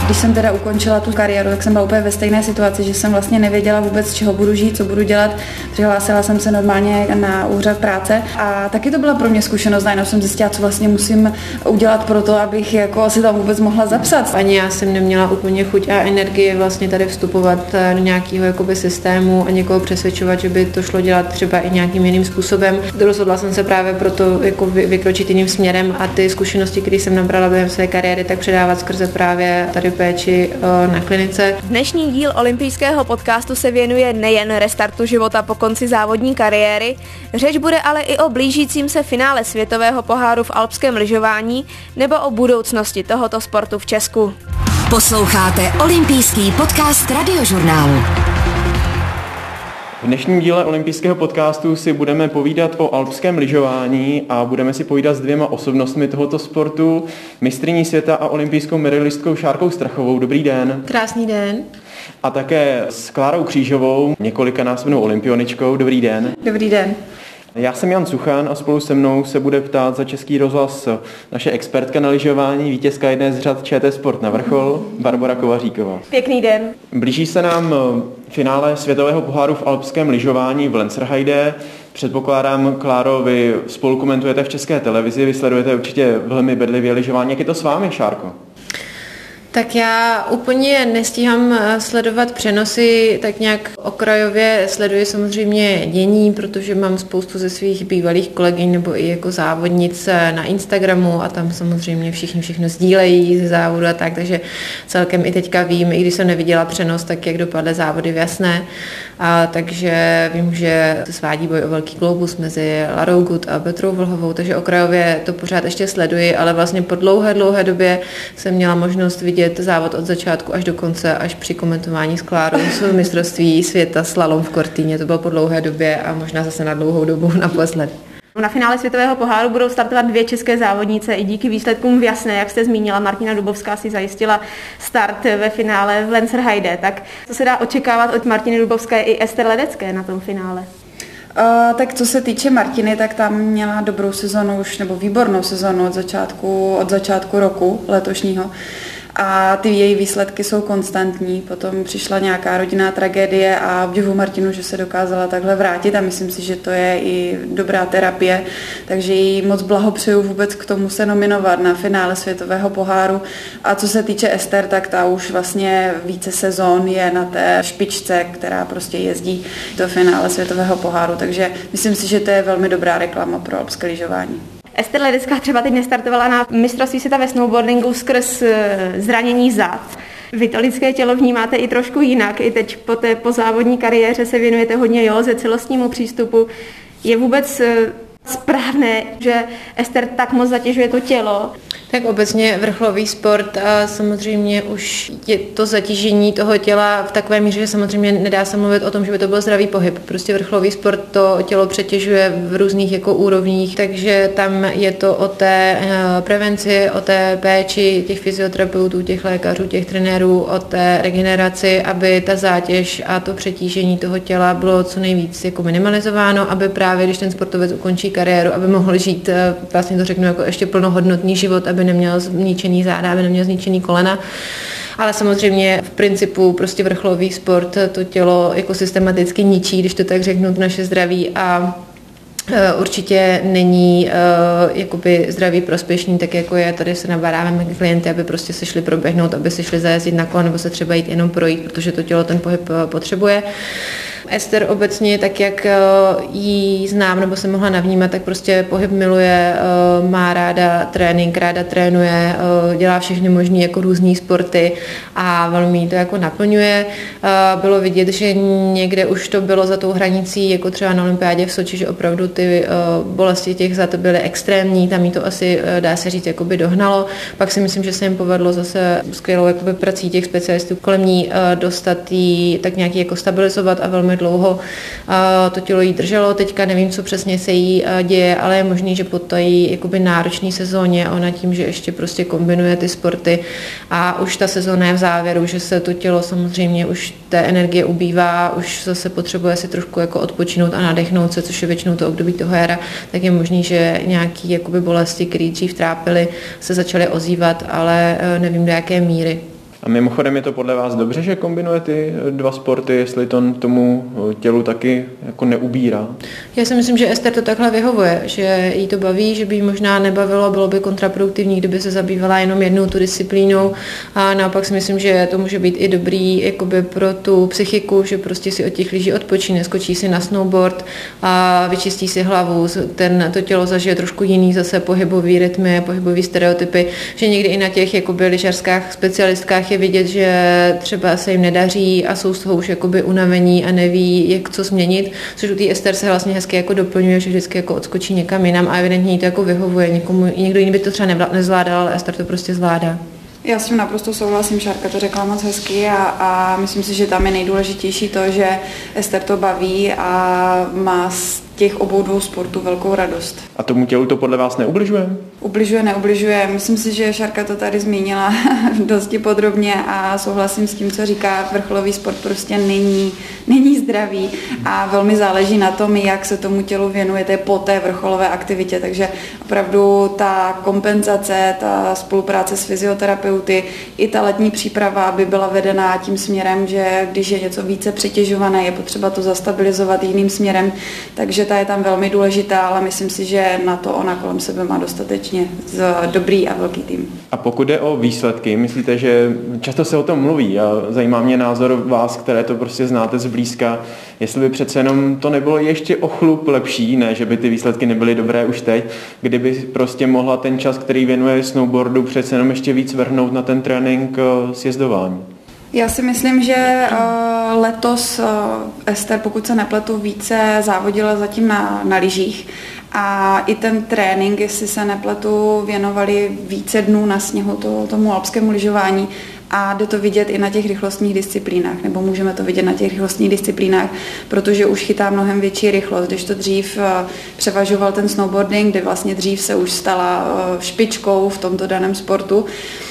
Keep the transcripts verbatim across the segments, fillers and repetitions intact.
Když jsem teda ukončila tu kariéru, tak jsem byla úplně ve stejné situaci, že jsem vlastně nevěděla vůbec, z čeho budu žít, co budu dělat. Přihlásila jsem se normálně na úřad práce a taky to byla pro mě zkušenost, najednou jsem zjistila, co vlastně musím udělat pro to, abych jako si tam vůbec mohla zapsat. Ani já jsem neměla úplně chuť a energii vlastně tady vstupovat do nějakého jakoby systému a někoho přesvědčovat, že by to šlo dělat třeba i nějakým jiným způsobem. Rozhodla jsem se právě proto jako vykročit jiným směrem a ty zkušenosti, které jsem nabrala během své kariéry, tak předávat skrze právě tady péči na klinice. Dnešní díl olympijského podcastu se věnuje nejen restartu života po konci závodní kariéry, řeč bude ale i o blížícím se finále světového poháru v alpském lyžování nebo o budoucnosti tohoto sportu v Česku. Posloucháte olympijský podcast Radiožurnálu. V dnešním díle olympijského podcastu si budeme povídat o alpském lyžování a budeme si povídat s dvěma osobnostmi tohoto sportu, mistryní světa a olympijskou medailistkou Šárkou Strachovou. Dobrý den. Krásný den. A také s Klárou Křížovou, několikanásobnou olympioničkou. Dobrý den. Dobrý den. Já jsem Jan Suchan a spolu se mnou se bude ptát za Český rozhlas naše expertka na lyžování, vítězka jedné z řad ČT Sport na vrchol, Barbora Kovaříková. Pěkný den. Blíží se nám finále světového poháru v alpském lyžování v Lenzerheide. Předpokládám, Kláro, vy spolu komentujete v České televizi, vy sledujete určitě velmi bedlivě lyžování. Jak je to s vámi, Šárko? Tak já úplně nestíhám sledovat přenosy, tak nějak okrajově sleduji samozřejmě dění, protože mám spoustu ze svých bývalých kolegyň nebo i jako závodnic na Instagramu a tam samozřejmě všichni všechno sdílejí ze závodu a tak, takže celkem i teďka vím, i když jsem neviděla přenos, tak jak dopadly závody v Jasné. A takže vím, že se svádí boj o velký globus mezi Larou Gut a Petrou Vlhovou, takže okrajově to pořád ještě sleduji, ale vlastně po dlouhé, dlouhé době jsem měla možnost vidět závod od začátku až do konce, až při komentování s Klárou z mistrovství světa slalom v Cortíně. To bylo po dlouhé době a možná zase na dlouhou dobu naposled. Na finále světového poháru budou startovat dvě české závodnice i díky výsledkům v Jasné, jak jste zmínila, Martina Dubovská si zajistila start ve finále v Lenzerheide. Tak co se dá očekávat od Martiny Dubovské i Ester Ledecké na tom finále? Uh, tak co se týče Martiny, tak tam měla dobrou sezonu už, nebo výbornou sezonu od začátku, od začátku roku letošního. A ty její výsledky jsou konstantní. Potom přišla nějaká rodinná tragédie a obdivuji Martinu, že se dokázala takhle vrátit a myslím si, že to je i dobrá terapie, takže jí moc blahopřeju vůbec k tomu se nominovat na finále světového poháru. A co se týče Ester, tak ta už vlastně více sezon je na té špičce, která prostě jezdí do finále světového poháru, takže myslím si, že to je velmi dobrá reklama pro alpské lyžování. Ester Ledecká třeba teď nestartovala na mistrovství světa ve snowboardingu skrz zranění zad. Vy to lidské tělo vnímáte i trošku jinak. I teď po té pozávodní kariéře se věnujete hodně józe, celostnímu přístupu. Je vůbec správné, že Ester tak moc zatěžuje to tělo? Tak obecně vrcholový sport a samozřejmě už je to zatížení toho těla v takové míře, že samozřejmě nedá se mluvit o tom, že by to byl zdravý pohyb. Prostě vrcholový sport to tělo přetěžuje v různých jako úrovních, takže tam je to o té prevenci, o té péči těch fyzioterapeutů, těch lékařů, těch trenérů, o té regeneraci, aby ta zátěž a to přetížení toho těla bylo co nejvíc jako minimalizováno, aby právě když ten sportovec ukončí kariéru, aby mohl žít, vlastně to řeknu, jako ještě plnohodnotný život, aby neměl zničený záda, aby neměl zničený kolena. Ale samozřejmě v principu prostě vrcholový sport to tělo jako systematicky ničí, když to tak řeknu, naše zdraví a určitě není uh, jakoby zdraví prospěšný, tak jako je, tady se nabádáme klienty, aby prostě se šli proběhnout, aby se šli zajezdit na kolo nebo se třeba jít jenom projít, protože to tělo ten pohyb potřebuje. Ester obecně, tak jak jí znám nebo jsem mohla navnímat, tak prostě pohyb miluje, má ráda trénink, ráda trénuje, dělá všechny možné jako různý sporty a velmi jí to jako naplňuje. Bylo vidět, že někde už to bylo za tou hranicí, jako třeba na olympiádě v Soči, že opravdu ty bolesti těch zad byly extrémní, tam jí to asi, dá se říct, jakoby dohnalo. Pak si myslím, že se jim povedlo zase skvělou jakoby prací těch specialistů kolem ní dostat jí tak nějaký jako stabilizovat a velmi dlouho to tělo jí drželo. Teďka nevím, co přesně se jí děje, ale je možný, že po té jakoby náročné sezóně ona tím, že ještě prostě kombinuje ty sporty a už ta sezóna je v závěru, že se to tělo samozřejmě už té energie ubývá, už zase potřebuje si trošku jako odpočinout a nadechnout se, což je většinou to období toho jara, tak je možný, že nějaký jakoby bolesti, které dřív trápily, se začaly ozývat, ale nevím do jaké míry. A mimochodem je to podle vás dobře, že kombinuje ty dva sporty, jestli to tomu tělu taky jako neubírá? Já si myslím, že Ester to takhle vyhovuje, že jí to baví, že by jí možná nebavilo, bylo by kontraproduktivní, kdyby se zabývala jenom jednou tu disciplínou, a naopak si myslím, že to může být i dobrý jakoby pro tu psychiku, že prostě si od těch lyží odpočíne, skočí si na snowboard a vyčistí si hlavu, ten, to tělo zažije trošku jiný zase pohybový rytmy, pohybový stereotypy, že někdy i na těch jakoby lyžařských specialistkách je vidět, že třeba se jim nedaří a jsou z toho už jakoby unavení a neví, jak co změnit, což u té Ester se vlastně hezky jako doplňuje, že vždycky jako odskočí někam jinam a evidentně jí to jako vyhovuje. Někomu, někdo jiný by to třeba nezvládal, ale Ester to prostě zvládá. Já s tím naprosto souhlasím, Šárka to řekla moc hezky a, a myslím si, že tam je nejdůležitější to, že Ester to baví a má z těch obou dvou sportů velkou radost. A tomu tělu to podle vás neubližuje? Ubližuje, neubližuje. Myslím si, že Šárka to tady zmínila dosti podrobně a souhlasím s tím, co říká. Vrcholový sport prostě není, není zdravý a velmi záleží na tom, jak se tomu tělu věnujete po té vrcholové aktivitě. Takže opravdu ta kompenzace, ta spolupráce s fyzioterapeuty, i ta letní příprava by byla vedená tím směrem, že když je něco více přetěžované, je potřeba to zastabilizovat jiným směrem, takže ta je tam velmi důležitá, ale myslím si, že na to ona kolem sebe má dostatečně dobrý a velký tým. A pokud jde o výsledky, myslíte, že často se o tom mluví a zajímá mě názor vás, které to prostě znáte zblízka, jestli by přece jenom to nebylo ještě o chlup lepší, ne, že by ty výsledky nebyly dobré už teď, kdyby prostě mohla ten čas, který věnuje snowboardu, přece jenom ještě víc vrhnout na ten trénink sjezdování. Já si myslím, že uh, letos uh, Ester, pokud se nepletu, více závodila zatím na, na lyžích a i ten trénink, jestli se nepletu, věnovali více dnů na sněhu to, tomu alpskému lyžování a jde to vidět i na těch rychlostních disciplínách, nebo můžeme to vidět na těch rychlostních disciplínách, protože už chytá mnohem větší rychlost, když to dřív uh, převažoval ten snowboarding, kde vlastně dřív se už stala uh, špičkou v tomto daném sportu,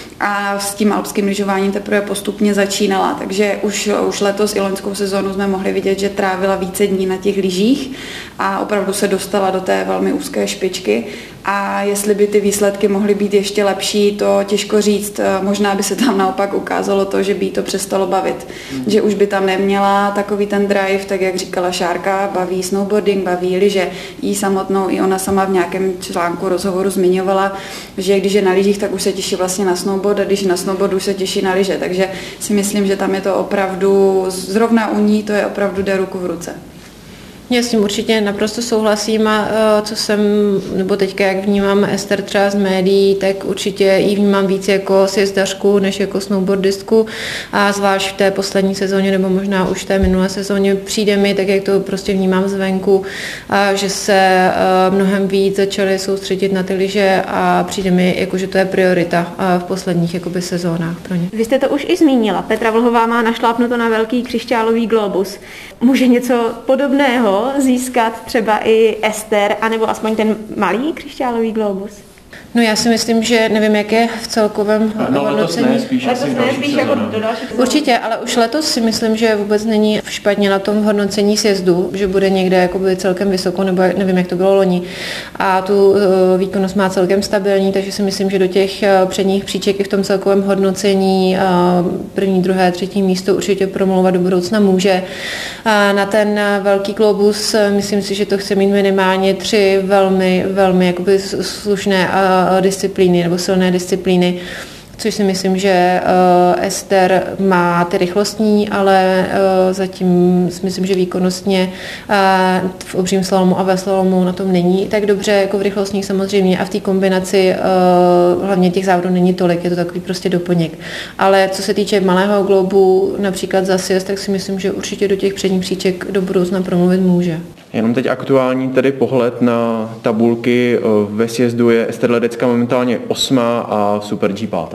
a s tím alpským lyžováním teprve postupně začínala, takže už, už letos i loňskou sezónu jsme mohli vidět, že trávila více dní na těch lyžích a opravdu se dostala do té velmi úzké špičky a jestli by ty výsledky mohly být ještě lepší, to těžko říct, možná by se tam naopak ukázalo to, že by jí to přestalo bavit, mm. že už by tam neměla takový ten drive, tak jak říkala Šárka, baví snowboarding, baví lyže, jí samotnou, i ona sama v nějakém článku rozhovoru zmiňovala, že když je na lyžích, tak už se těší vlastně na snowboard a když na snowboardu se těší na lyže, takže si myslím, že tam je to opravdu, zrovna u ní to je opravdu jde ruku v ruce. Já s tím určitě naprosto souhlasím a co jsem, nebo teďka jak vnímám Ester třeba z médií, tak určitě ji vnímám víc jako sjezdařku než jako snowboardistku a zvlášť v té poslední sezóně nebo možná už v té minulé sezóně přijde mi, tak jak to prostě vnímám zvenku, a že se mnohem víc začaly soustředit na ty lyže a přijde mi, jako, že to je priorita v posledních jakoby, sezónách pro ně. Vy jste to už i zmínila. Petra Vlhová má našlápnuto na velký křišťálový globus. Může něco podobného získat třeba i Ester, anebo aspoň ten malý křišťálový globus? No já si myslím, že nevím, jak je v celkovém no, hodnocení. No, spíš letos ne, spíš jako do další sezóny. Určitě, ale už letos si myslím, že vůbec není špatně na tom hodnocení sjezdu, že bude někde jakoby celkem vysoko, nebo nevím, jak to bylo loni. A tu výkonnost má celkem stabilní, takže si myslím, že do těch předních příček i v tom celkovém hodnocení první, druhé, třetí místo určitě promlouvat do budoucna může. A na ten velký globus myslím si, že to chce mít minimálně tři velmi, velmi jakoby slušné disciplíny nebo silné disciplíny, což si myslím, že uh, Ester má ty rychlostní, ale uh, zatím si myslím, že výkonnostně uh, v obřím slalomu a ve slalomu na tom není tak dobře, jako v rychlostních samozřejmě a v té kombinaci uh, hlavně těch závodů není tolik, je to takový prostě doplněk. Ale co se týče malého globu, například za sjezd, tak si myslím, že určitě do těch předních příček do budoucna promluvit může. Jenom teď aktuální tedy pohled na tabulky. Ve sjezdu je Ester Ledecká momentálně osmá a Super G pátá.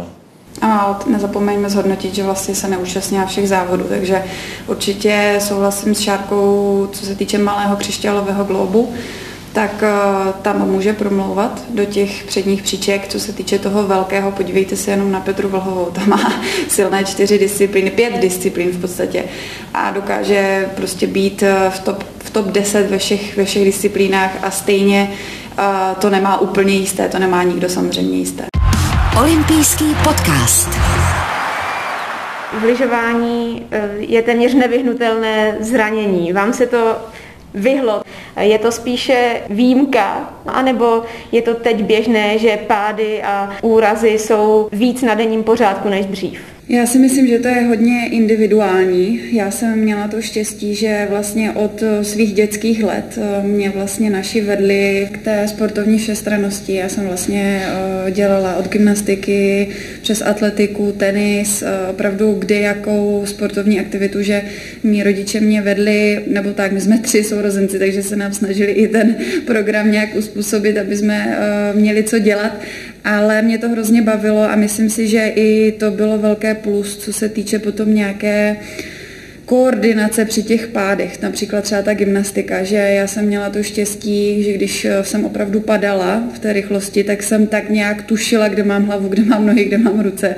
A nezapomeňme zhodnotit, že vlastně se neúčastnila všech závodů, takže určitě souhlasím s Šárkou, co se týče malého křišťálového globu, tak tam může promlouvat do těch předních příček. Co se týče toho velkého, podívejte se jenom na Petru Vlhovou, tam má silné čtyři disciplíny, pět disciplín v podstatě a dokáže prostě být v top, v top deset ve všech, ve všech disciplínách a stejně uh, to nemá úplně jisté, to nemá nikdo samozřejmě jisté. Olympijský podcast. V lyžování je téměř nevyhnutelné zranění. Vám se to vyhlo. Je to spíše výjimka, anebo je to teď běžné, že pády a úrazy jsou víc na denním pořádku než dřív? Já si myslím, že to je hodně individuální. Já jsem měla to štěstí, že vlastně od svých dětských let mě vlastně naši vedli k té sportovní všestrannosti. Já jsem vlastně dělala od gymnastiky přes atletiku, tenis, opravdu kdy jakou sportovní aktivitu, že mí rodiče mě vedli, nebo tak, my jsme tři sourozenci, takže se nám snažili i ten program nějak uspůsobit, aby jsme měli co dělat. Ale mě to hrozně bavilo a myslím si, že i to bylo velké plus, co se týče potom nějaké koordinace při těch pádech, například třeba ta gymnastika, že já jsem měla to štěstí, že když jsem opravdu padala v té rychlosti, tak jsem tak nějak tušila, kde mám hlavu, kde mám nohy, kde mám ruce.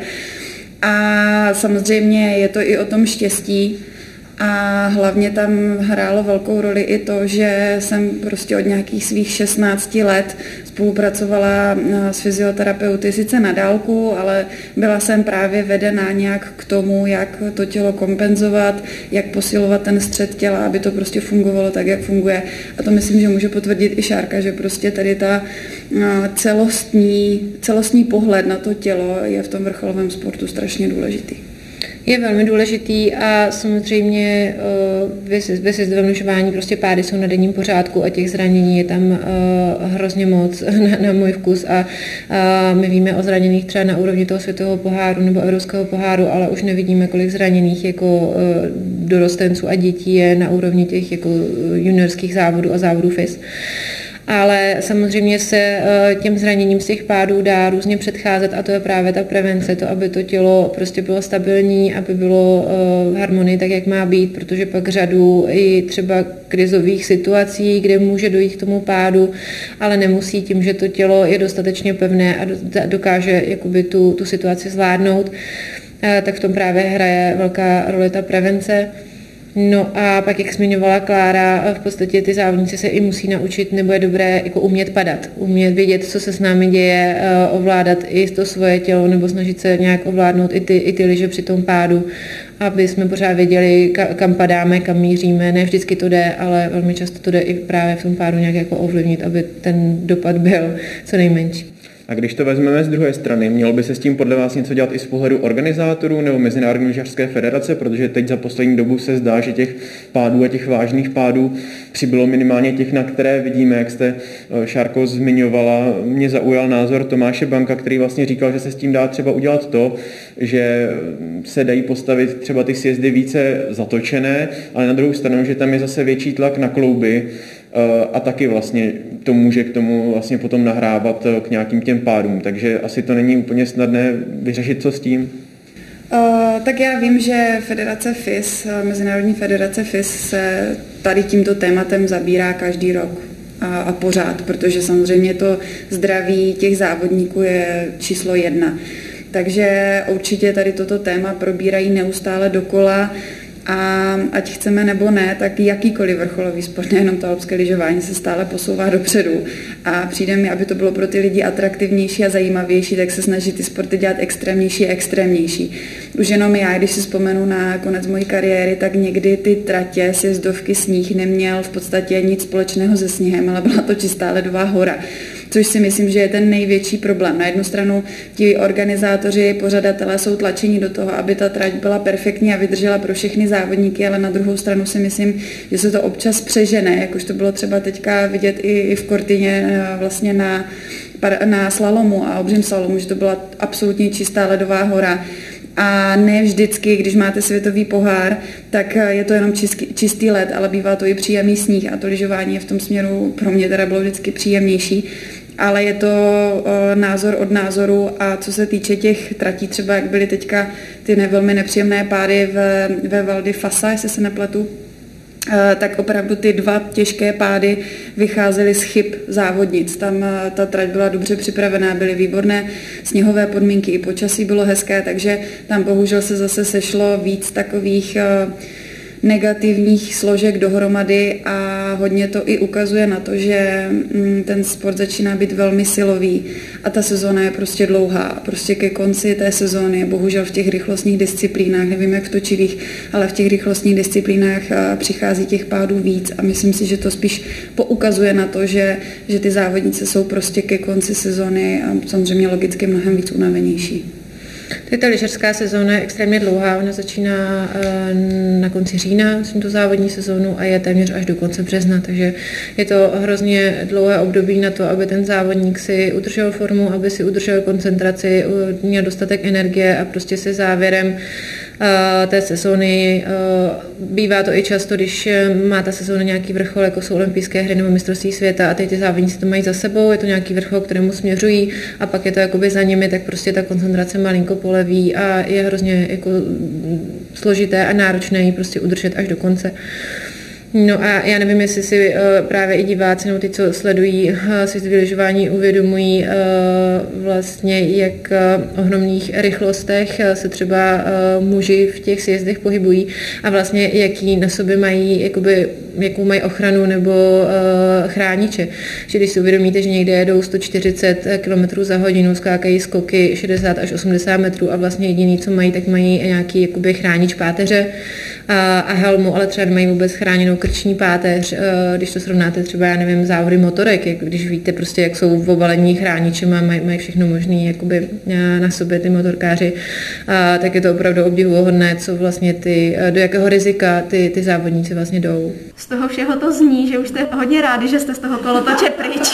A samozřejmě je to i o tom štěstí. A hlavně tam hrálo velkou roli i to, že jsem prostě od nějakých svých šestnácti let spolupracovala s fyzioterapeuty, sice na dálku, ale byla jsem právě vedená nějak k tomu, jak to tělo kompenzovat, jak posilovat ten střed těla, aby to prostě fungovalo tak, jak funguje. A to myslím, že může potvrdit i Šárka, že prostě tady ta celostní, celostní pohled na to tělo je v tom vrcholovém sportu strašně důležitý. Je velmi důležitý a samozřejmě ve sjezdovém lyžování prostě pády jsou na denním pořádku a těch zranění je tam uh, hrozně moc na, na můj vkus a uh, my víme o zraněných třeba na úrovni toho světového poháru nebo evropského poháru, ale už nevidíme, kolik zraněných jako uh, dorostenců a dětí je na úrovni těch jako juniorských závodů a závodů F I S. Ale samozřejmě se těm zraněním z těch pádů dá různě předcházet a to je právě ta prevence, to, aby to tělo prostě bylo stabilní, aby bylo v harmonii tak, jak má být, protože pak řadu i třeba krizových situací, kde může dojít k tomu pádu, ale nemusí tím, že to tělo je dostatečně pevné a dokáže jakoby tu, tu situaci zvládnout, tak v tom právě hraje velká roli ta prevence. No a pak, jak zmiňovala Klára, v podstatě ty závodníci se i musí naučit, nebo je dobré jako umět padat, umět vědět, co se s námi děje, ovládat i to svoje tělo, nebo snažit se nějak ovládnout i ty, i ty lyže při tom pádu, aby jsme pořád věděli, kam padáme, kam míříme. Ne vždycky to jde, ale velmi často to jde i právě v tom pádu nějak jako ovlivnit, aby ten dopad byl co nejmenší. A když to vezmeme z druhé strany, mělo by se s tím podle vás něco dělat i z pohledu organizátorů nebo Mezinárodní lyžařské federace, protože teď za poslední dobu se zdá, že těch pádů a těch vážných pádů přibylo minimálně těch, na které vidíme, jak jste, Šárko, zmiňovala. Mě zaujal názor Tomáše Banka, který vlastně říkal, že se s tím dá třeba udělat to, že se dají postavit třeba ty sjezdy více zatočené, ale na druhou stranu, že tam je zase větší tlak na klouby, a taky vlastně to může k tomu vlastně potom nahrávat k nějakým těm pádům. Takže asi to není úplně snadné vyřešit, co s tím. Uh, tak já vím, že Federace F I S, Mezinárodní federace F I S se tady tímto tématem zabírá každý rok a, a pořád, protože samozřejmě to zdraví těch závodníků je číslo jedna. Takže určitě tady toto téma probírají neustále dokola. A ať chceme nebo ne, tak jakýkoliv vrcholový sport, nejenom to alpské lyžování, se stále posouvá dopředu. A přijde mi, aby to bylo pro ty lidi atraktivnější a zajímavější, tak se snaží ty sporty dělat extrémnější a extrémnější. Už jenom já, když si vzpomenu na konec mojí kariéry, tak někdy ty tratě, sjezdovky, sníh neměl v podstatě nic společného se sněhem, ale byla to čistá ledová hora. Což si myslím, že je ten největší problém. Na jednu stranu ti organizátoři, pořadatelé jsou tlačeni do toho, aby ta trať byla perfektní a vydržela pro všechny závodníky, ale na druhou stranu si myslím, že se to občas přežene, jak už to bylo třeba teďka vidět i v Cortině vlastně na, na slalomu a obřím slalomu, že to byla absolutně čistá ledová hora. A ne vždycky, když máte světový pohár, tak je to jenom čistý, čistý led, ale bývá to i příjemný sníh a to lyžování je v tom směru pro mě teda bylo vždycky příjemnější. Ale je to o, názor od názoru a co se týče těch tratí, třeba jak byly teďka ty ne, velmi nepříjemné pády ve, ve Val di Fassa, jestli se nepletu, tak opravdu ty dva těžké pády vycházely z chyb závodnic. Tam ta trať byla dobře připravená, byly výborné sněhové podmínky, i počasí bylo hezké, takže tam bohužel se zase sešlo víc takových negativních složek dohromady a hodně to i ukazuje na to, že ten sport začíná být velmi silový a ta sezóna je prostě dlouhá. Prostě ke konci té sezóny, bohužel v těch rychlostních disciplínách, nevím jak v točivých, ale v těch rychlostních disciplínách přichází těch pádů víc a myslím si, že to spíš poukazuje na to, že, že ty závodníci jsou prostě ke konci sezóny a samozřejmě logicky mnohem víc unavenější. Ta lyžařská sezóna je extrémně dlouhá, ona začíná na konci října, myslím tu závodní sezónu a je téměř až do konce března, takže je to hrozně dlouhé období na to, aby ten závodník si udržel formu, aby si udržel koncentraci, měl dostatek energie a prostě se závěrem té sezóny. Bývá to i často, když má ta sezóna nějaký vrchol, jako jsou olympijské hry nebo mistrovství světa a teď ty závodníci to mají za sebou, je to nějaký vrchol, kterému směřují a pak je to jakoby za nimi, tak prostě ta koncentrace malinko poleví a je hrozně jako složité a náročné ji prostě udržet až do konce. No a já nevím, jestli si uh, právě i diváci, nebo ty, co sledují uh, světové lyžování, uvědomují uh, vlastně, jak uh, ohromných rychlostech uh, se třeba uh, muži v těch sjezdech pohybují a vlastně jaký na sobě mají, jakoby, jakou mají ochranu nebo uh, chrániče. Že když si uvědomíte, že někde jedou sto čtyřicet kilometrů za hodinu, skákají skoky šedesát až osmdesát metrů a vlastně jediný, co mají, tak mají nějaký jakoby chránič páteře a, a helmu, ale třeba nemají vůbec chráněnou krční páteř, když to srovnáte třeba, já nevím, závody motorek, jak když víte prostě, jak jsou v obalení chráničema, mají, mají všechno možné jakoby na sobě ty motorkáři, a tak je to opravdu obdivuhodné, co vlastně ty, do jakého rizika ty, ty závodníci vlastně jdou. Z toho všeho to zní, že už jste hodně rádi, že jste z toho kolotoče pryč.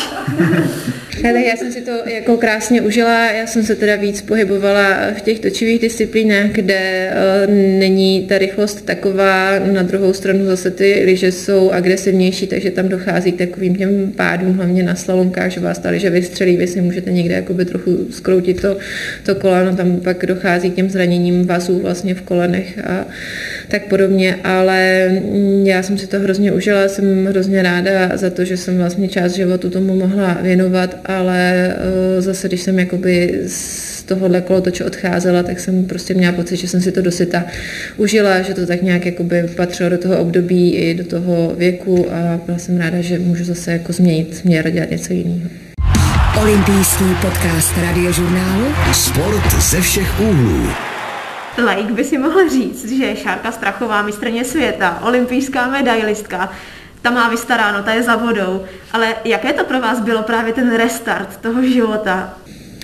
Ale já jsem si to jako krásně užila, já jsem se teda víc pohybovala v těch točivých disciplínách, kde uh, není ta rychlost taková, na druhou stranu zase ty lyže jsou agresivnější, takže tam dochází k takovým těm pádům, hlavně na slalomkách, že vás ta lyže vystřelí, vy si můžete někde jakoby trochu zkroutit to, to koleno, tam pak dochází k těm zraněním vazů vlastně v kolenech a tak podobně, ale já jsem si to hrozně užila, jsem hrozně ráda za to, že jsem vlastně část životu tomu mohla věnovat, ale uh, zase, když jsem jakoby z tohohle kolotoče odcházela, tak jsem prostě měla pocit, že jsem si to dosyta užila, že to tak nějak jakoby patřilo do toho období i do toho věku a byla jsem ráda, že můžu zase jako změnit směr a dělat něco jiného. Olympijský podcast Radiožurnálu. Sport ze všech úhlů. Laik by si mohl říct, že Šárka Strachová, mistryně světa, olympijská medailistka, ta má vystaráno, ta je za vodou, ale jaké to pro vás bylo právě ten restart toho života?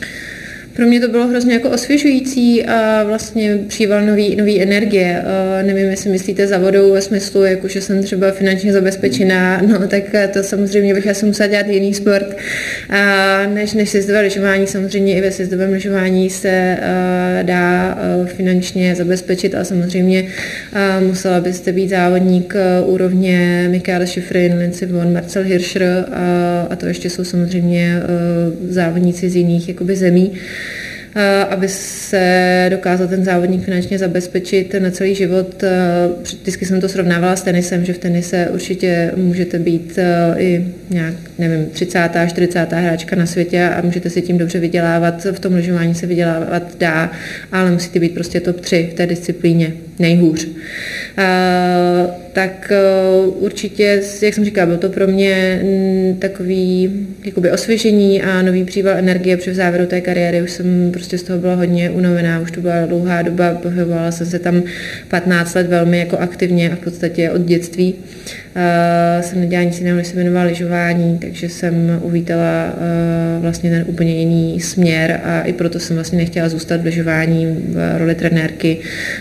Pro mě to bylo hrozně jako osvěžující a vlastně příval nový, nový energie. Nevím, jestli myslíte za vodou ve smyslu, jako že jsem třeba finančně zabezpečená, no tak to samozřejmě bych asi musela dělat jiný sport. A než, než sjezdové lyžování, samozřejmě i ve sjezdovém lyžování se uh, dá uh, finančně zabezpečit a samozřejmě uh, musela byste být závodník uh, úrovně Michael Schifrin, Lindsey Vonn, Marcel Hirscher uh, a to ještě jsou samozřejmě uh, závodníci z jiných jakoby zemí, aby se dokázal ten závodník finančně zabezpečit na celý život. Vždycky jsem to srovnávala s tenisem, že v tenise určitě můžete být i nějak, nevím, třicátá, čtyřicátá hráčka na světě a můžete si tím dobře vydělávat. V tom lyžování se vydělávat dá, ale musíte být prostě top tři v té disciplíně, nejhůř. Uh, tak uh, určitě, jak jsem říkala, byl to pro mě m, takový jakoby osvěžení a nový příval energie při závěru té kariéry. Už jsem prostě z toho byla hodně unavená, už to byla dlouhá doba, pohybovala jsem se tam patnáct let velmi jako aktivně a v podstatě od dětství. Uh, jsem nedělala nic jiného, než se věnovala lyžování, takže jsem uvítala uh, vlastně ten úplně jiný směr a i proto jsem vlastně nechtěla zůstat v lyžování v roli trenérky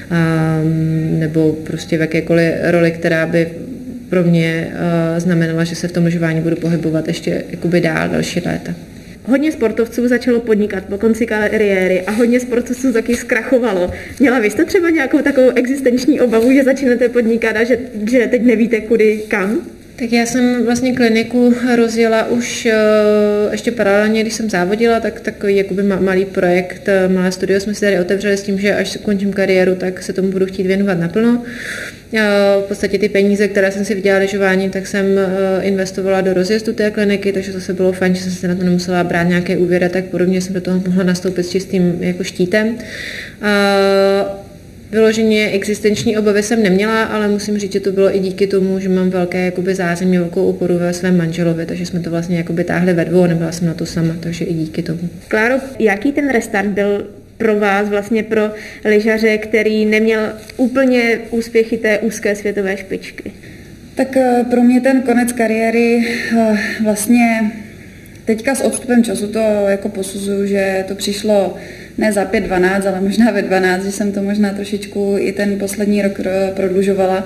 um, nebo prostě v jakékoliv roli, která by pro mě uh, znamenala, že se v tom lyžování budu pohybovat ještě jakoby dál další léta. Hodně sportovců začalo podnikat po konci kariéry a hodně sportovců taky zkrachovalo. Měla vy jste třeba nějakou takovou existenční obavu, že začnete podnikat a že, že teď nevíte kudy kam? Tak já jsem vlastně kliniku rozjela už uh, ještě paralelně, když jsem závodila, tak takový jakoby malý projekt, malé studio jsme si tady otevřeli s tím, že až končím kariéru, tak se tomu budu chtít věnovat naplno. V podstatě ty peníze, které jsem si vydělala lyžováním, tak jsem investovala do rozjezdu té kliniky, takže zase bylo fajn, že jsem se na to nemusela brát nějaké úvěry, tak podobně jsem do toho mohla nastoupit s čistým jako štítem. Vyloženě existenční obavy jsem neměla, ale musím říct, že to bylo i díky tomu, že mám velké jakoby zázemí, velkou oporu ve svém manželovi, takže jsme to vlastně jakoby táhli ve dvou, nebyla jsem na to sama, takže i díky tomu. Kláro, jaký ten restart byl pro vás, vlastně pro lyžaře, který neměl úplně úspěchy té úzké světové špičky? Tak pro mě ten konec kariéry vlastně teďka s odstupem času to jako posuzuju, že to přišlo ne za pět dvanáct, ale možná ve dvanáct, že jsem to možná trošičku i ten poslední rok prodlužovala.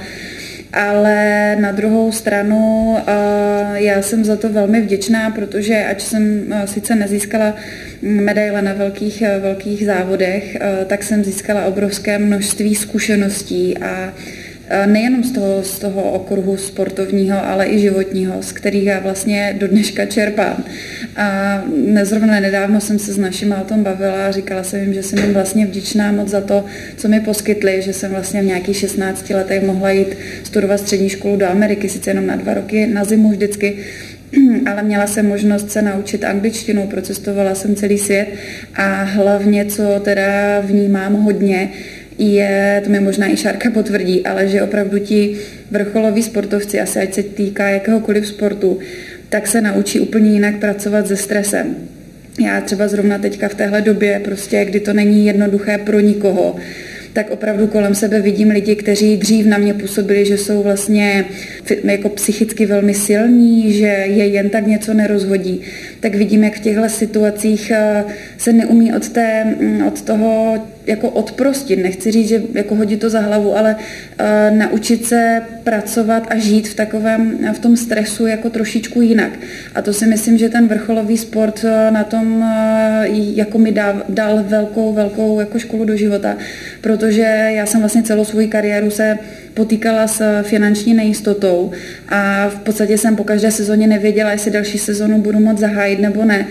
Ale na druhou stranu já jsem za to velmi vděčná, protože ač jsem sice nezískala medaile na velkých, velkých závodech, tak jsem získala obrovské množství zkušeností a nejenom z toho, z toho okruhu sportovního, ale i životního, z kterých já vlastně do dneška čerpám. A nezrovna nedávno jsem se s našima o tom bavila a říkala jsem jim, že jsem jim vlastně vděčná moc za to, co mi poskytli, že jsem vlastně v nějakých šestnácti letech mohla jít studovat střední školu do Ameriky, sice jenom na dva roky, na zimu vždycky, ale měla jsem možnost se naučit angličtinu, procestovala jsem celý svět a hlavně, co teda vnímám hodně, je, to mi možná i Šárka potvrdí, ale že opravdu ti vrcholoví sportovci, asi ať se týká jakéhokoliv sportu, tak se naučí úplně jinak pracovat se stresem. Já třeba zrovna teďka v téhle době, prostě, kdy to není jednoduché pro nikoho, tak opravdu kolem sebe vidím lidi, kteří dřív na mě působili, že jsou vlastně jako psychicky velmi silní, že je jen tak něco nerozhodí. Tak vidím, jak v těchto situacích se neumí od, té, od toho jako odprostit. Nechci říct, že jako hodit to za hlavu, ale uh, naučit se pracovat a žít v takovém, v tom stresu jako trošičku jinak. A to si myslím, že ten vrcholový sport na tom uh, jako mi dal, dal velkou, velkou jako školu do života, protože já jsem vlastně celou svou kariéru se potýkala s finanční nejistotou a v podstatě jsem po každé sezóně nevěděla, jestli další sezonu budu moct zahájit nebo ne.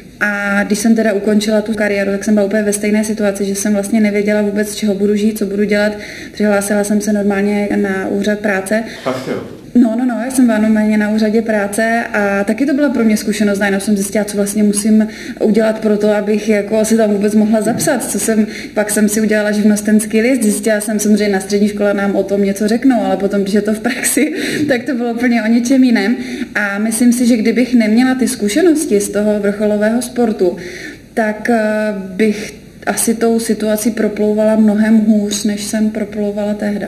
A když jsem teda ukončila tu kariéru, tak jsem byla úplně ve stejné situaci, že jsem vlastně nevěděla vůbec, z čeho budu žít, co budu dělat. Přihlásila jsem se normálně na úřad práce. Fakt jo. No, no, no, já jsem byla normálně na úřadě práce a taky to byla pro mě zkušenost, najednou jsem zjistila, co vlastně musím udělat pro to, abych jako si tam vůbec mohla zapsat, co jsem, pak jsem si udělala živnostenský list, zjistila jsem samozřejmě na střední škole nám o tom něco řeknou, ale potom, když je to v praxi, tak to bylo úplně o něčem jiném a myslím si, že kdybych neměla ty zkušenosti z toho vrcholového sportu, tak bych asi tou situací proplouvala mnohem hůř, než jsem proplouvala tehda.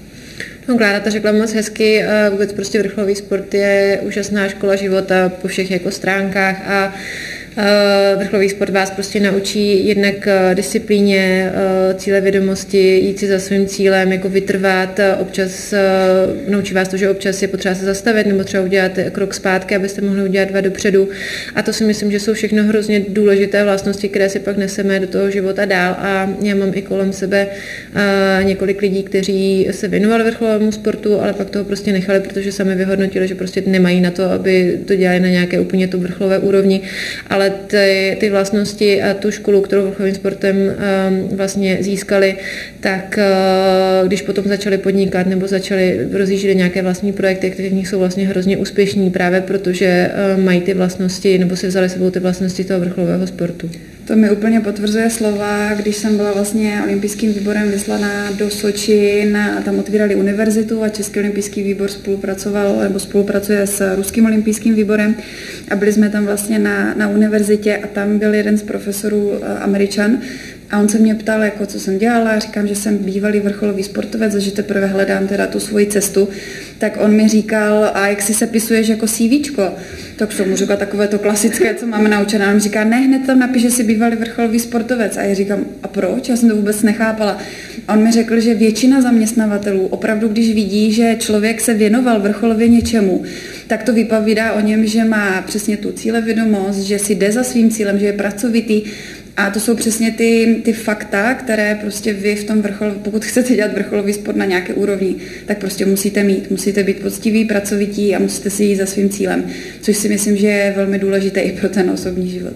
No, Klára to řekla moc hezky, vůbec prostě vrcholový sport je úžasná škola života po všech jako stránkách a vrcholový sport vás prostě naučí jednak disciplíně, cílevědomosti, jít si za svým cílem, jako vytrvat, občas naučí vás to, že občas je potřeba se zastavit nebo třeba udělat krok zpátky, abyste mohli udělat dva dopředu a to si myslím, že jsou všechno hrozně důležité vlastnosti, které si pak neseme do toho života dál a já mám i kolem sebe několik lidí, kteří se věnovali vrcholovému sportu, ale pak toho prostě nechali, protože sami vyhodnotili, že prostě nemají na to, aby to dělali na nějaké úplně to vrcholové úrovni, ale ty, ty vlastnosti a tu školu, kterou vrcholovým sportem um, vlastně získali, tak uh, když potom začali podnikat nebo začali rozjíždět nějaké vlastní projekty, které v nich jsou vlastně hrozně úspěšní právě protože uh, mají ty vlastnosti nebo si vzali sebou ty vlastnosti toho vrcholového sportu. To mi úplně potvrzuje slova, když jsem byla vlastně olympijským výborem vyslaná do Soči, na, tam otvírali univerzitu a Český olympijský výbor spolupracoval nebo spolupracuje s Ruským olympijským výborem a byli jsme tam vlastně na, na univerzitě a tam byl jeden z profesorů Američan a on se mě ptal, jako, co jsem dělala, říkám, že jsem bývalý vrcholový sportovec a že teprve hledám teda tu svoji cestu, tak on mi říkal, a jak si sepisuješ jako CVčko? Tak jsem mu říkala takové to klasické, co máme naučené. A on mi říká, ne, hned tam napíš, že jsi bývalý vrcholový sportovec. A já říkám, a proč? Já jsem to vůbec nechápala. A on mi řekl, že většina zaměstnavatelů opravdu, když vidí, že člověk se věnoval vrcholově něčemu, tak to vypovídá o něm, že má přesně tu cílevědomost, že si jde za svým cílem, že je pracovitý. A to jsou přesně ty, ty fakta, které prostě vy v tom vrchol, pokud chcete dělat vrcholový sport na nějaké úrovni, tak prostě musíte mít. Musíte být poctiví, pracovití a musíte si jít za svým cílem, což si myslím, že je velmi důležité i pro ten osobní život.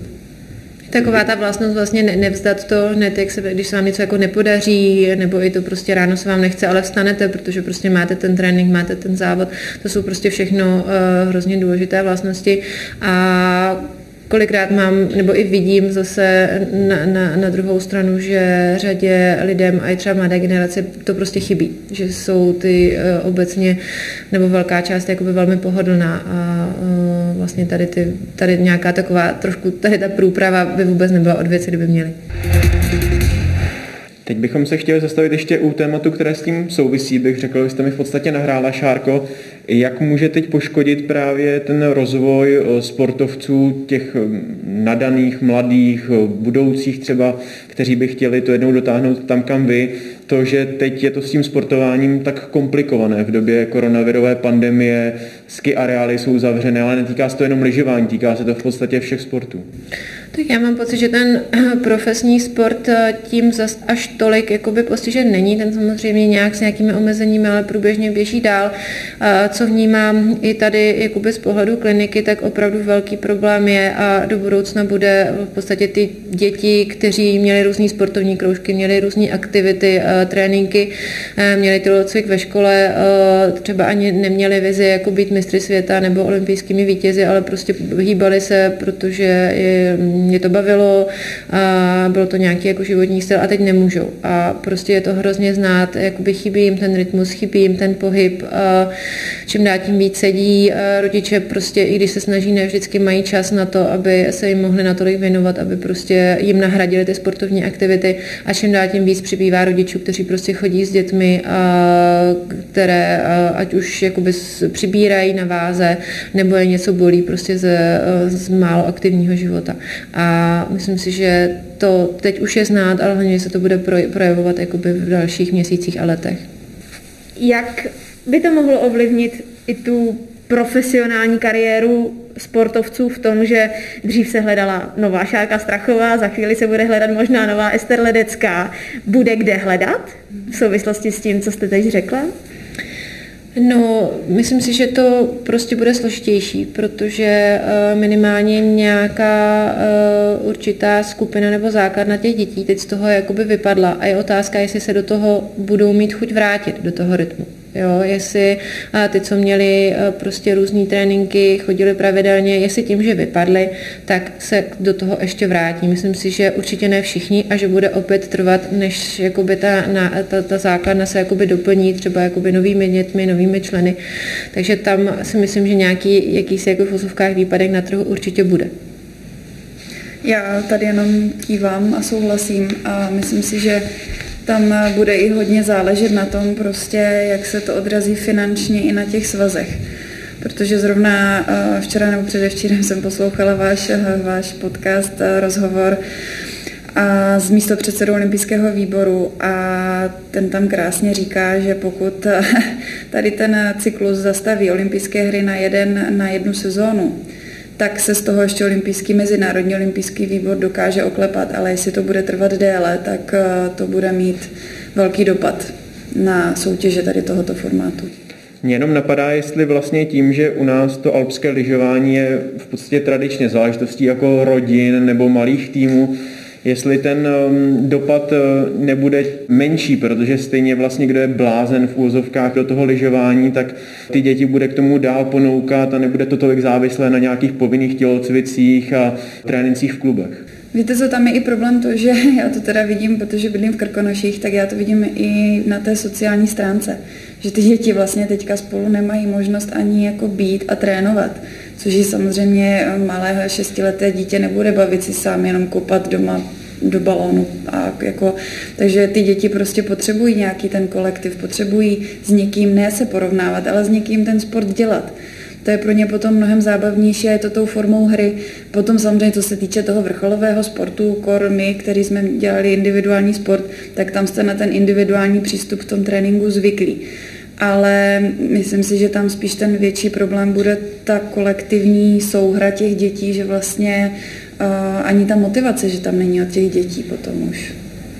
Taková ta vlastnost vlastně ne, nevzdat to hned, jak se, když se vám něco jako nepodaří, nebo i to prostě ráno se vám nechce, ale vstanete, protože prostě máte ten trénink, máte ten závod, to jsou prostě všechno uh, hrozně důležité vlastnosti a kolikrát mám, nebo i vidím zase na, na, na druhou stranu, že řadě lidem a i třeba mladé generace to prostě chybí, že jsou ty uh, obecně, nebo velká část jakoby velmi pohodlná a uh, vlastně tady, ty, tady nějaká taková trošku, tady ta průprava by vůbec nebyla od věci, kdyby měli. Teď bychom se chtěli zastavit ještě u tématu, které s tím souvisí, bych řekl, vy jste mi v podstatě nahrála, Šárko, jak může teď poškodit právě ten rozvoj sportovců, těch nadaných, mladých, budoucích třeba, kteří by chtěli to jednou dotáhnout tam, kam vy, to, že teď je to s tím sportováním tak komplikované v době koronavirové pandemie, ski areály jsou zavřené, ale netýká se to jenom lyžování, týká se to v podstatě všech sportů. Tak já mám pocit, že ten profesní sport tím zas až tolik jakoby postižen není, ten samozřejmě nějak s nějakými omezeními, ale průběžně běží dál. Co vnímám i tady jakoby z pohledu kliniky, tak opravdu velký problém je a do budoucna bude v podstatě ty děti, kteří měli různý sportovní kroužky, měli různé aktivity, tréninky, měli tělocvik ve škole, třeba ani neměli vizi jako být mistry světa nebo olympijskými vítězi, ale prostě hýbali se, protože mě to bavilo a bylo to nějaký jako životní styl a teď nemůžou. A prostě je to hrozně znát, jakoby chybí jim ten rytmus, chybí jim ten pohyb, a čím dál tím víc sedí, a rodiče prostě, i když se snaží, ne vždycky mají čas na to, aby se jim mohli natolik věnovat, aby prostě jim nahradili ty sportovní aktivity a čím dál tím víc přibývá rodičů, kteří prostě chodí s dětmi, a které a ať už jakoby přibírají na váze, nebo je něco bolí prostě z, z málo aktivního života. A myslím si, že to teď už je znát, ale hlavně se to bude projevovat jakoby v dalších měsících a letech. Jak by to mohlo ovlivnit i tu profesionální kariéru sportovců v tom, že dřív se hledala nová Šárka Strachová, za chvíli se bude hledat možná nová Ester Ledecká. Bude kde hledat v souvislosti s tím, co jste teď řekla? No, myslím si, že to prostě bude složitější, protože uh, minimálně nějaká uh, určitá skupina nebo základna těch dětí teď z toho jakoby vypadla a je otázka, jestli se do toho budou mít chuť vrátit, do toho rytmu. Jo, jestli a ty, co měli prostě různý tréninky, chodili pravidelně, jestli tím, že vypadli, tak se do toho ještě vrátí. Myslím si, že určitě ne všichni a že bude opět trvat, než jakoby ta, na, ta, ta základna se jakoby doplní třeba jakoby novými dětmi, novými členy. Takže tam si myslím, že nějaký jakýsi jako v vozovkách výpadek na trhu určitě bude. Já tady jenom kývám a souhlasím a myslím si, že tam bude i hodně záležet na tom prostě, jak se to odrazí finančně i na těch svazech. Protože zrovna včera nebo předevčírem jsem poslouchala váš, váš podcast, rozhovor a s místopředsedou olympijského výboru a ten tam krásně říká, že pokud tady ten cyklus zastaví olympijské hry na, jeden, na jednu sezónu, tak se z toho ještě olympijský, mezinárodní olympijský výbor dokáže oklepat, ale jestli to bude trvat déle, tak to bude mít velký dopad na soutěže tady tohoto formátu. Mě jenom napadá, jestli vlastně tím, že u nás to alpské lyžování je v podstatě tradičně záležitostí jako rodin nebo malých týmů, jestli ten dopad nebude menší, protože stejně vlastně, kdo je blázen v úvozovkách do toho lyžování, tak ty děti bude k tomu dál ponoukat a nebude to tolik závislé na nějakých povinných tělocvicích a trénincích v klubech. Víte co, tam je i problém to, že já to teda vidím, protože bydlím v Krkonoších, tak já to vidím i na té sociální stránce, že ty děti vlastně teďka spolu nemají možnost ani jako být a trénovat, což je samozřejmě malé šestileté dítě nebude bavit si sám jenom kopat doma do balónu. A jako, takže ty děti prostě potřebují nějaký ten kolektiv, potřebují s někým ne se porovnávat, ale s někým ten sport dělat. To je pro ně potom mnohem zábavnější a je to tou formou hry. Potom samozřejmě, co se týče toho vrcholového sportu, kor my, který jsme dělali individuální sport, tak tam jste na ten individuální přístup v tom tréninku zvyklí. Ale myslím si, že tam spíš ten větší problém bude ta kolektivní souhra těch dětí, že vlastně uh, ani ta motivace, že tam není od těch dětí potom už.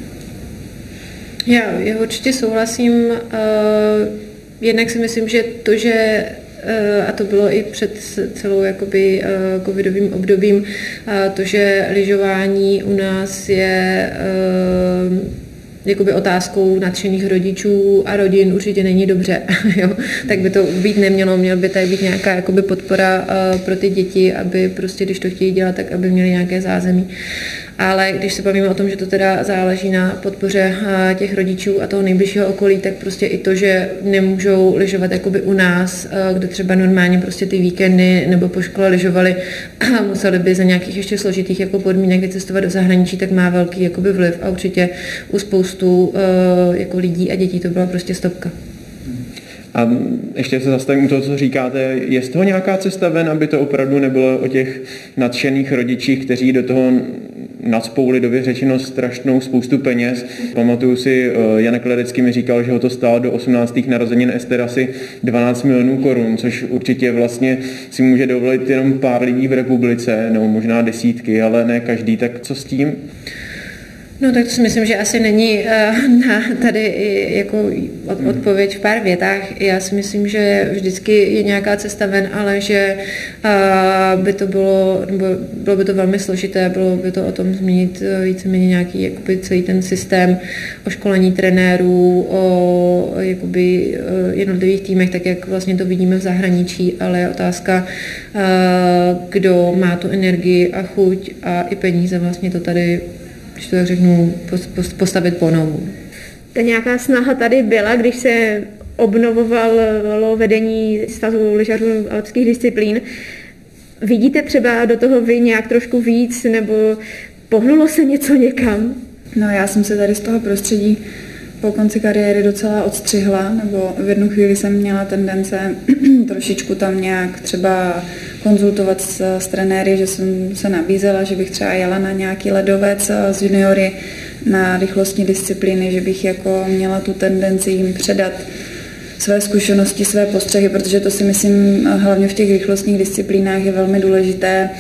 Já, já určitě souhlasím. Uh, jednak si myslím, že to, že a to bylo i před celou jakoby covidovým obdobím, to, že lyžování u nás je jakoby otázkou nadšených rodičů a rodin určitě není dobře. Jo? Tak by to být nemělo, měl by tady být nějaká jakoby podpora uh, pro ty děti, aby prostě, když to chtějí dělat, tak aby měli nějaké zázemí. Ale když se bavíme o tom, že to teda záleží na podpoře uh, těch rodičů a toho nejbližšího okolí, tak prostě i to, že nemůžou lyžovat jakoby u nás, uh, kde třeba normálně prostě ty víkendy nebo po škole lyžovali a museli by za nějakých ještě složitých jako podmínek vycestovat do zahraničí, tak má velký jakoby vliv a určitě u spoustu uh, jako lidí a dětí to byla prostě stopka. A ještě se zastavím u toho, co říkáte. Je z toho nějaká cesta ven, aby to opravdu nebylo o těch nadšených rodičích, kteří do toho nacpouli, dově řečeno, strašnou spoustu peněz. Pamatuju si, Janek Ledecký mi říkal, že ho to stálo do osmnáctých narozenin Ester asi dvanáct milionů korun, což určitě vlastně si může dovolit jenom pár lidí v republice, nebo možná desítky, ale ne každý. Tak co s tím? No tak to si myslím, že asi není uh, na tady jako od, odpověď v pár větách. Já si myslím, že vždycky je nějaká cesta ven, ale že uh, by to bylo, nebo bylo by to velmi složité, bylo by to o tom změnit uh, víceméně nějaký jakoby celý ten systém o školení trenérů, o jakoby uh, jednotlivých týmech, tak jak vlastně to vidíme v zahraničí, ale je otázka, uh, kdo má tu energii a chuť a i peníze vlastně to tady, když to tak řeknu, postavit ponovu. Ta nějaká snaha tady byla, když se obnovovalo vedení Svazu lyžařů alpských disciplín. Vidíte třeba do toho vy nějak trošku víc, nebo pohnulo se něco někam? No já jsem se tady z toho prostředí po konci kariéry docela odstřihla, nebo v jednu chvíli jsem měla tendence trošičku tam nějak třeba konzultovat s, s trenéry, že jsem se nabízela, že bych třeba jela na nějaký ledovec z juniory na rychlostní disciplíny, že bych jako měla tu tendenci jim předat své zkušenosti, své postřehy, protože to si myslím hlavně v těch rychlostních disciplínách je velmi důležité,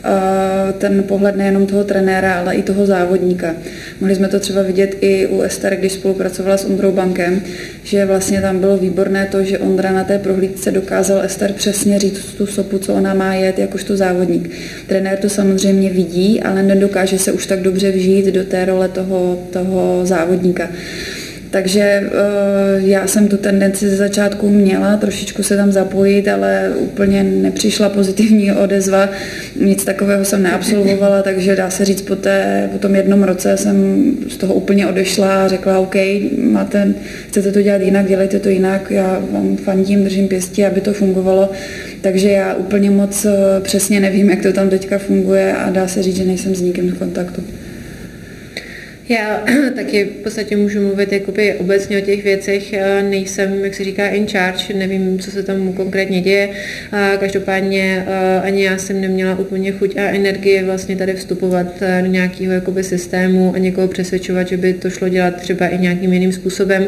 ten pohled nejenom toho trenéra, ale i toho závodníka. Mohli jsme to třeba vidět i u Ester, když spolupracovala s Ondrou Bankem, že vlastně tam bylo výborné to, že Ondra na té prohlídce dokázal Ester přesně říct tu stopu, co ona má jet, jakožto závodník. Trenér to samozřejmě vidí, ale nedokáže se už tak dobře vžít do té role toho, toho závodníka. Takže uh, já jsem tu tendenci ze začátku měla trošičku se tam zapojit, ale úplně nepřišla pozitivní odezva. Nic takového jsem neabsolvovala, takže dá se říct, po, té, po tom jednom roce jsem z toho úplně odešla a řekla, OK, máte, chcete to dělat jinak, dělejte to jinak, já vám fandím, držím pěstí, aby to fungovalo. Takže já úplně moc přesně nevím, jak to tam teďka funguje a dá se říct, že nejsem s nikým v kontaktu. Já taky v podstatě můžu mluvit jakoby obecně o těch věcech, nejsem, jak se říká, in charge, nevím, co se tam konkrétně děje. Každopádně ani já jsem neměla úplně chuť a energie vlastně tady vstupovat do nějakého jakoby systému a někoho přesvědčovat, že by to šlo dělat třeba i nějakým jiným způsobem.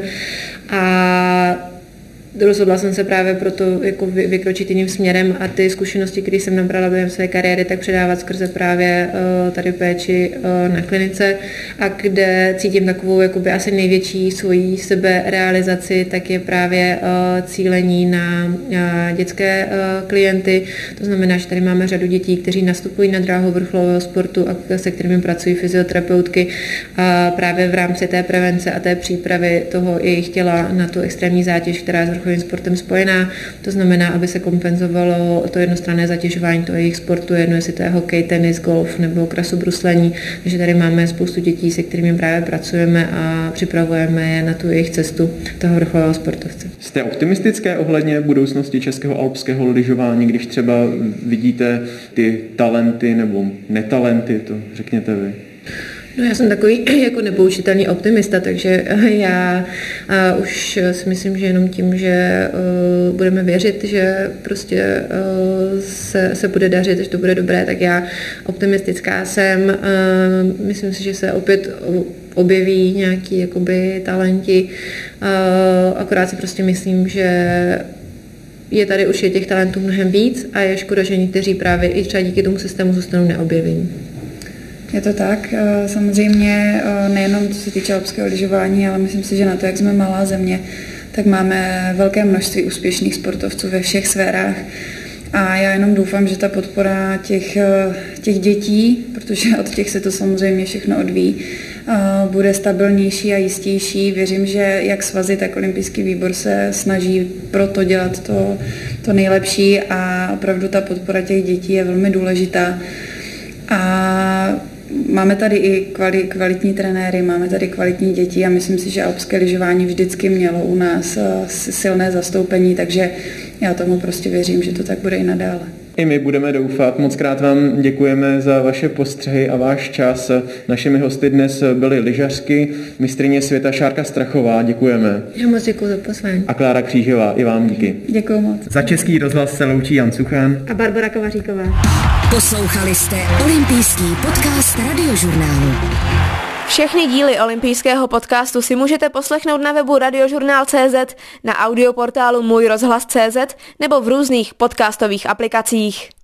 A rozhodla jsem se právě proto jako vykročit jiným směrem a ty zkušenosti, které jsem nabrala během své kariéry, tak předávat skrze právě uh, tady péči uh, na klinice a kde cítím takovou jakoby asi největší svoji seberealizaci, tak je právě uh, cílení na uh, dětské uh, klienty. To znamená, že tady máme řadu dětí, kteří nastupují na dráhu vrcholového sportu a se kterými pracují fyzioterapeutky a právě v rámci té prevence a té přípravy toho jejich těla na tu extrémní zátěž, která je s sportem spojená, to znamená, aby se kompenzovalo to jednostranné zatěžování toho jejich sportu, jedno jestli to je hokej, tenis, golf nebo krasobruslení, takže tady máme spoustu dětí, se kterými právě pracujeme a připravujeme je na tu jejich cestu toho vrcholového sportovce. Jste optimistické ohledně budoucnosti českého alpského lyžování, když třeba vidíte ty talenty nebo netalenty, to řekněte vy? No já jsem takový jako nepoučitelný optimista, takže já uh, už si myslím, že jenom tím, že uh, budeme věřit, že prostě uh, se, se bude dařit, že to bude dobré, tak já optimistická jsem. Uh, myslím si, že se opět objeví nějaký jakoby talenti, uh, akorát si prostě myslím, že je tady už je těch talentů mnohem víc a je škoda, že někteří právě i třeba díky tomu systému zůstanou neobjevení. Je to tak, samozřejmě nejenom co se týče alpského lyžování, ale myslím si, že na to, jak jsme malá země, tak máme velké množství úspěšných sportovců ve všech sférách. A já jenom doufám, že ta podpora těch, těch dětí, protože od těch se to samozřejmě všechno odvíjí, bude stabilnější a jistější. Věřím, že jak svazy, tak olympijský výbor se snaží pro to dělat to, to nejlepší a opravdu ta podpora těch dětí je velmi důležitá. A máme tady i kvalitní trenéry, máme tady kvalitní děti a myslím si, že alpské lyžování vždycky mělo u nás silné zastoupení, takže já tomu prostě věřím, že to tak bude i nadále. I my budeme doufat. Moc krát vám děkujeme za vaše postřehy a váš čas. Našimi hosty dnes byly lyžařky, mistryně světa Šárka Strachová. Děkujeme. Já moc děkuji za pozvání. A Klára Křížová. I vám díky. Děkuji moc. Za Český rozhlas se loučí Jan Suchan a Barbara Kovaříková. Poslouchali jste olympijský podcast Radiožurnálu. Všechny díly olympijského podcastu si můžete poslechnout na webu radiožurnál tečka cé zet, na audioportálu můj rozhlas tečka cé zet nebo v různých podcastových aplikacích.